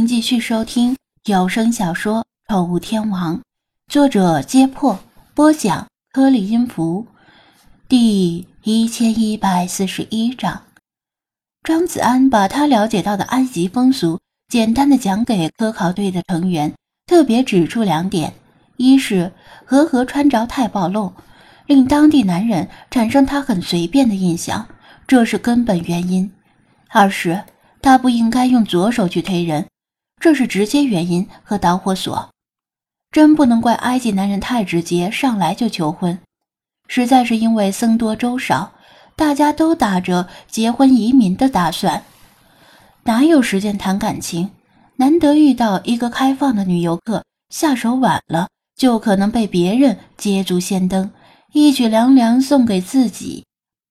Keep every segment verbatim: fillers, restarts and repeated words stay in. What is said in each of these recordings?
迎继续收听有声小说《宠物天王》，作者揭破，播讲颗粒音符，第一千一百四十一章。张子安把他了解到的埃及风俗简单的讲给科考队的成员，特别指出两点：一是和和穿着太暴露，令当地男人产生他很随便的印象，这是根本原因；二是他不应该用左手去推人，这是直接原因和导火索。真不能怪埃及男人太直接，上来就求婚，实在是因为僧多粥少，大家都打着结婚移民的打算，哪有时间谈感情？难得遇到一个开放的女游客，下手晚了就可能被别人捷足先登，一举两两送给自己。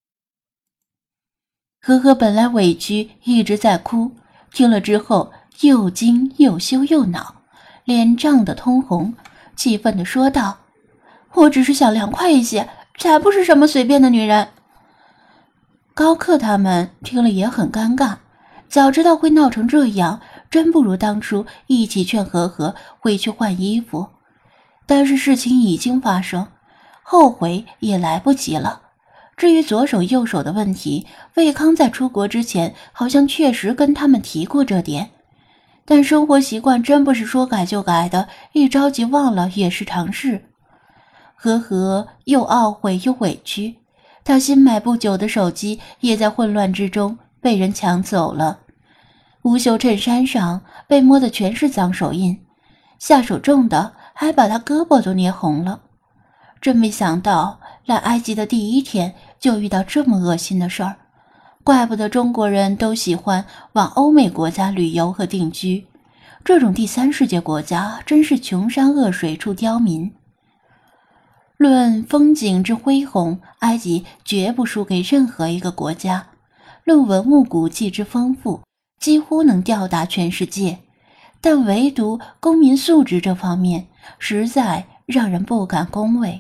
呵呵本来委屈一直在哭，听了之后又惊又羞又恼，脸涨得通红，气愤地说道：我只是想凉快一些，才不是什么随便的女人。高克他们听了也很尴尬，早知道会闹成这样，真不如当初一起劝和和回去换衣服。但是事情已经发生，后悔也来不及了。至于左手右手的问题，魏康在出国之前好像确实跟他们提过这点，但生活习惯真不是说改就改的，一着急忘了也是常事。和和又懊悔又委屈，他新买不久的手机也在混乱之中被人抢走了，无袖衬衫上被摸的全是脏手印，下手重的还把他胳膊都捏红了。真没想到来埃及的第一天就遇到这么恶心的事儿，怪不得中国人都喜欢往欧美国家旅游和定居，这种第三世界国家真是穷山恶水出刁民。论风景之恢宏，埃及绝不输给任何一个国家；论文物古迹之丰富，几乎能吊打全世界。但唯独公民素质这方面，实在让人不敢恭维。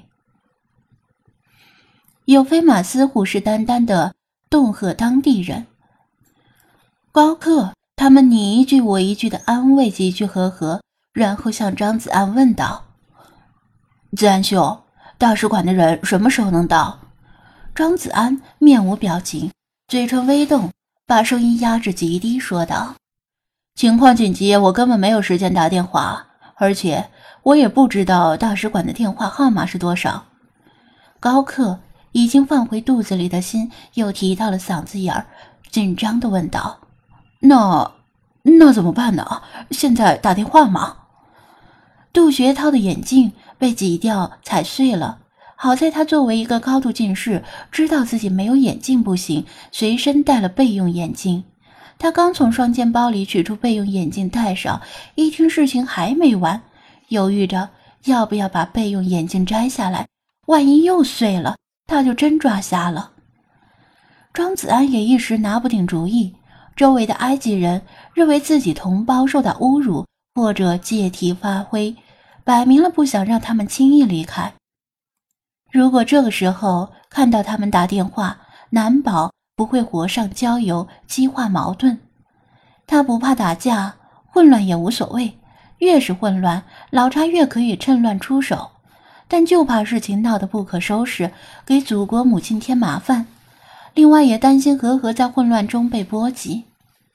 有菲马斯虎视眈眈地恫吓当地人，高克他们你一句我一句地安慰几句和和，然后向张子安问道：子安兄，大使馆的人什么时候能到？张子安面无表情，嘴唇微动，把声音压至极低说道：情况紧急，我根本没有时间打电话，而且我也不知道大使馆的电话号码是多少。高克已经放回肚子里的心又提到了嗓子眼儿，紧张地问道：那那怎么办呢？现在打电话吗？杜学涛的眼镜被挤掉踩碎了，好在他作为一个高度近视，知道自己没有眼镜不行，随身带了备用眼镜。他刚从双肩包里取出备用眼镜戴上，一听事情还没完，犹豫着要不要把备用眼镜摘下来，万一又碎了，他就真抓瞎了。张子安也一时拿不定主意，周围的埃及人认为自己同胞受到侮辱或者借题发挥，摆明了不想让他们轻易离开。如果这个时候看到他们打电话，难保不会火上浇油，激化矛盾。他不怕打架，混乱也无所谓，越是混乱，老查越可以趁乱出手，但就怕事情闹得不可收拾，给祖国母亲添麻烦。另外也担心和和在混乱中被波及。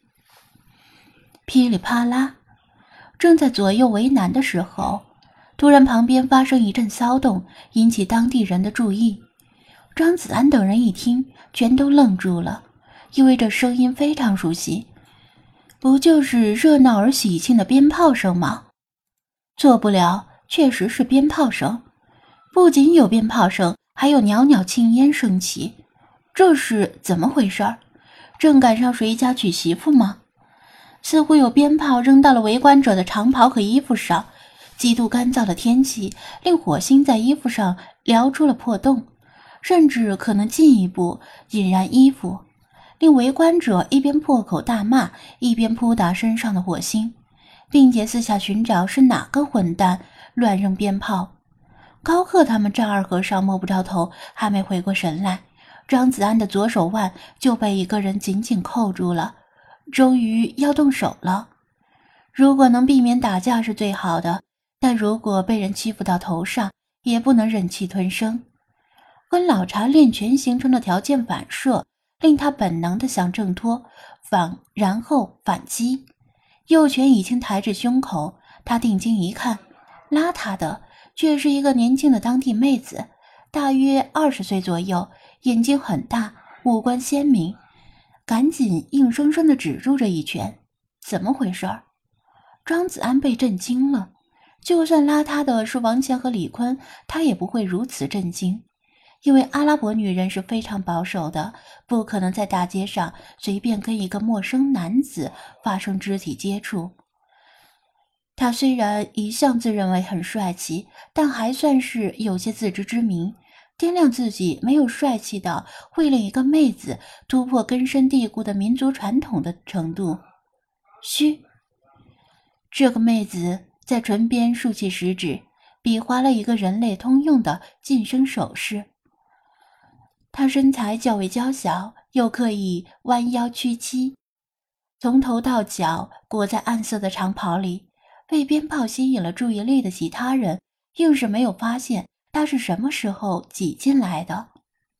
噼里啪啦，正在左右为难的时候，突然旁边发生一阵骚动，引起当地人的注意。张子安等人一听，全都愣住了，因为这声音非常熟悉，不就是热闹而喜庆的鞭炮声吗？错不了，确实是鞭炮声。不仅有鞭炮声，还有袅袅青烟升起。这是怎么回事？正赶上谁家娶媳妇吗？似乎有鞭炮扔到了围观者的长袍和衣服上，极度干燥的天气令火星在衣服上燎出了破洞，甚至可能进一步引燃衣服，令围观者一边破口大骂，一边扑打身上的火星，并且四下寻找是哪个混蛋乱扔鞭炮。高克他们丈二和尚摸不着头，还没回过神来，张子安的左手腕就被一个人紧紧扣住了，终于要动手了。 如果能避免打架是最好的，但如果被人欺负到头上，也不能忍气吞声。跟老茶练拳形成的条件反射，令他本能地想挣脱，反然后反击。右拳已经抬至胸口，他定睛一看，拉他的却是一个年轻的当地妹子，大约二十岁左右，眼睛很大，五官鲜明，赶紧硬生生地止住这一拳。怎么回事？张子安被震惊了，就算拉他的是王乾和李坤，他也不会如此震惊，因为阿拉伯女人是非常保守的，不可能在大街上随便跟一个陌生男子发生肢体接触。他虽然一向自认为很帅气，但还算是有些自知之明，掂量自己没有帅气到会令一个妹子突破根深蒂固的民族传统的程度。嘘，这个妹子在唇边竖起食指，比划了一个人类通用的噤声手势。她身材较为娇小，又刻意弯腰屈膝，从头到脚裹在暗色的长袍里。被鞭炮吸引了注意力的其他人，硬是没有发现她是什么时候挤进来的。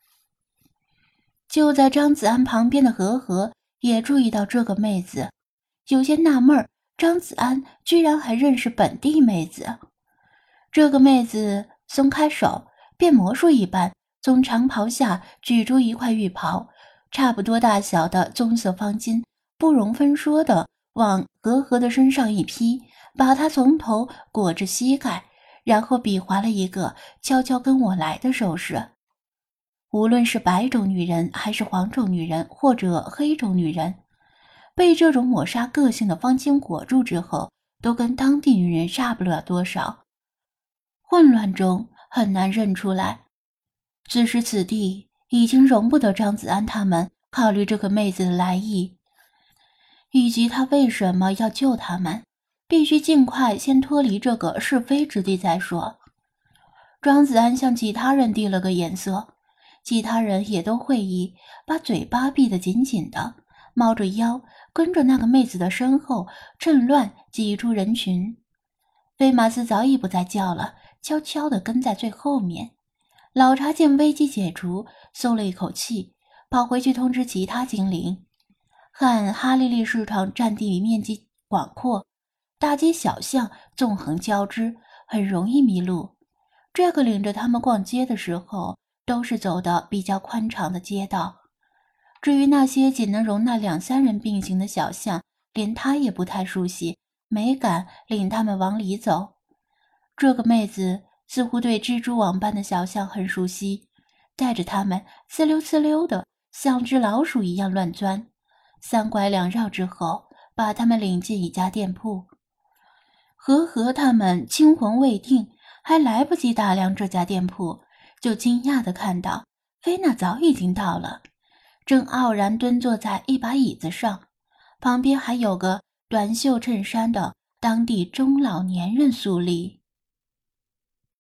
就在张子安旁边的和和也注意到这个妹子，有些纳闷儿，张子安居然还认识本地妹子。这个妹子松开手，变魔术一般从长袍下举出一块浴袍，差不多大小的棕色方巾，不容分说的往和和的身上一披，把她从头裹至膝盖，然后比划了一个悄悄跟我来的手势。无论是白种女人还是黄种女人或者黑种女人，被这种抹杀个性的方巾裹住之后，都跟当地女人差不了多少，混乱中很难认出来。此时此地已经容不得张子安他们考虑这个妹子的来意，以及她为什么要救他们，必须尽快先脱离这个是非之地再说。张子安向其他人递了个眼色，其他人也都会意，把嘴巴闭得紧紧的，猫着腰跟着那个妹子的身后，趁乱挤出人群。菲马斯早已不再叫了，悄悄地跟在最后面。老茶见危机解除，松了一口气，跑回去通知其他精灵。汉哈利利市场占地面积广阔，大街小巷纵横交织，很容易迷路。这个领着他们逛街的时候，都是走的比较宽敞的街道。至于那些仅能容纳两三人并行的小巷，连他也不太熟悉，没敢领他们往里走。这个妹子似乎对蜘蛛网般的小巷很熟悉，带着他们呲溜呲溜的像只老鼠一样乱钻，三拐两绕之后把他们领进一家店铺。和和他们惊魂未定，还来不及打量这家店铺，就惊讶地看到菲娜早已经到了，正傲然蹲坐在一把椅子上，旁边还有个短袖衬衫的当地中老年人苏丽。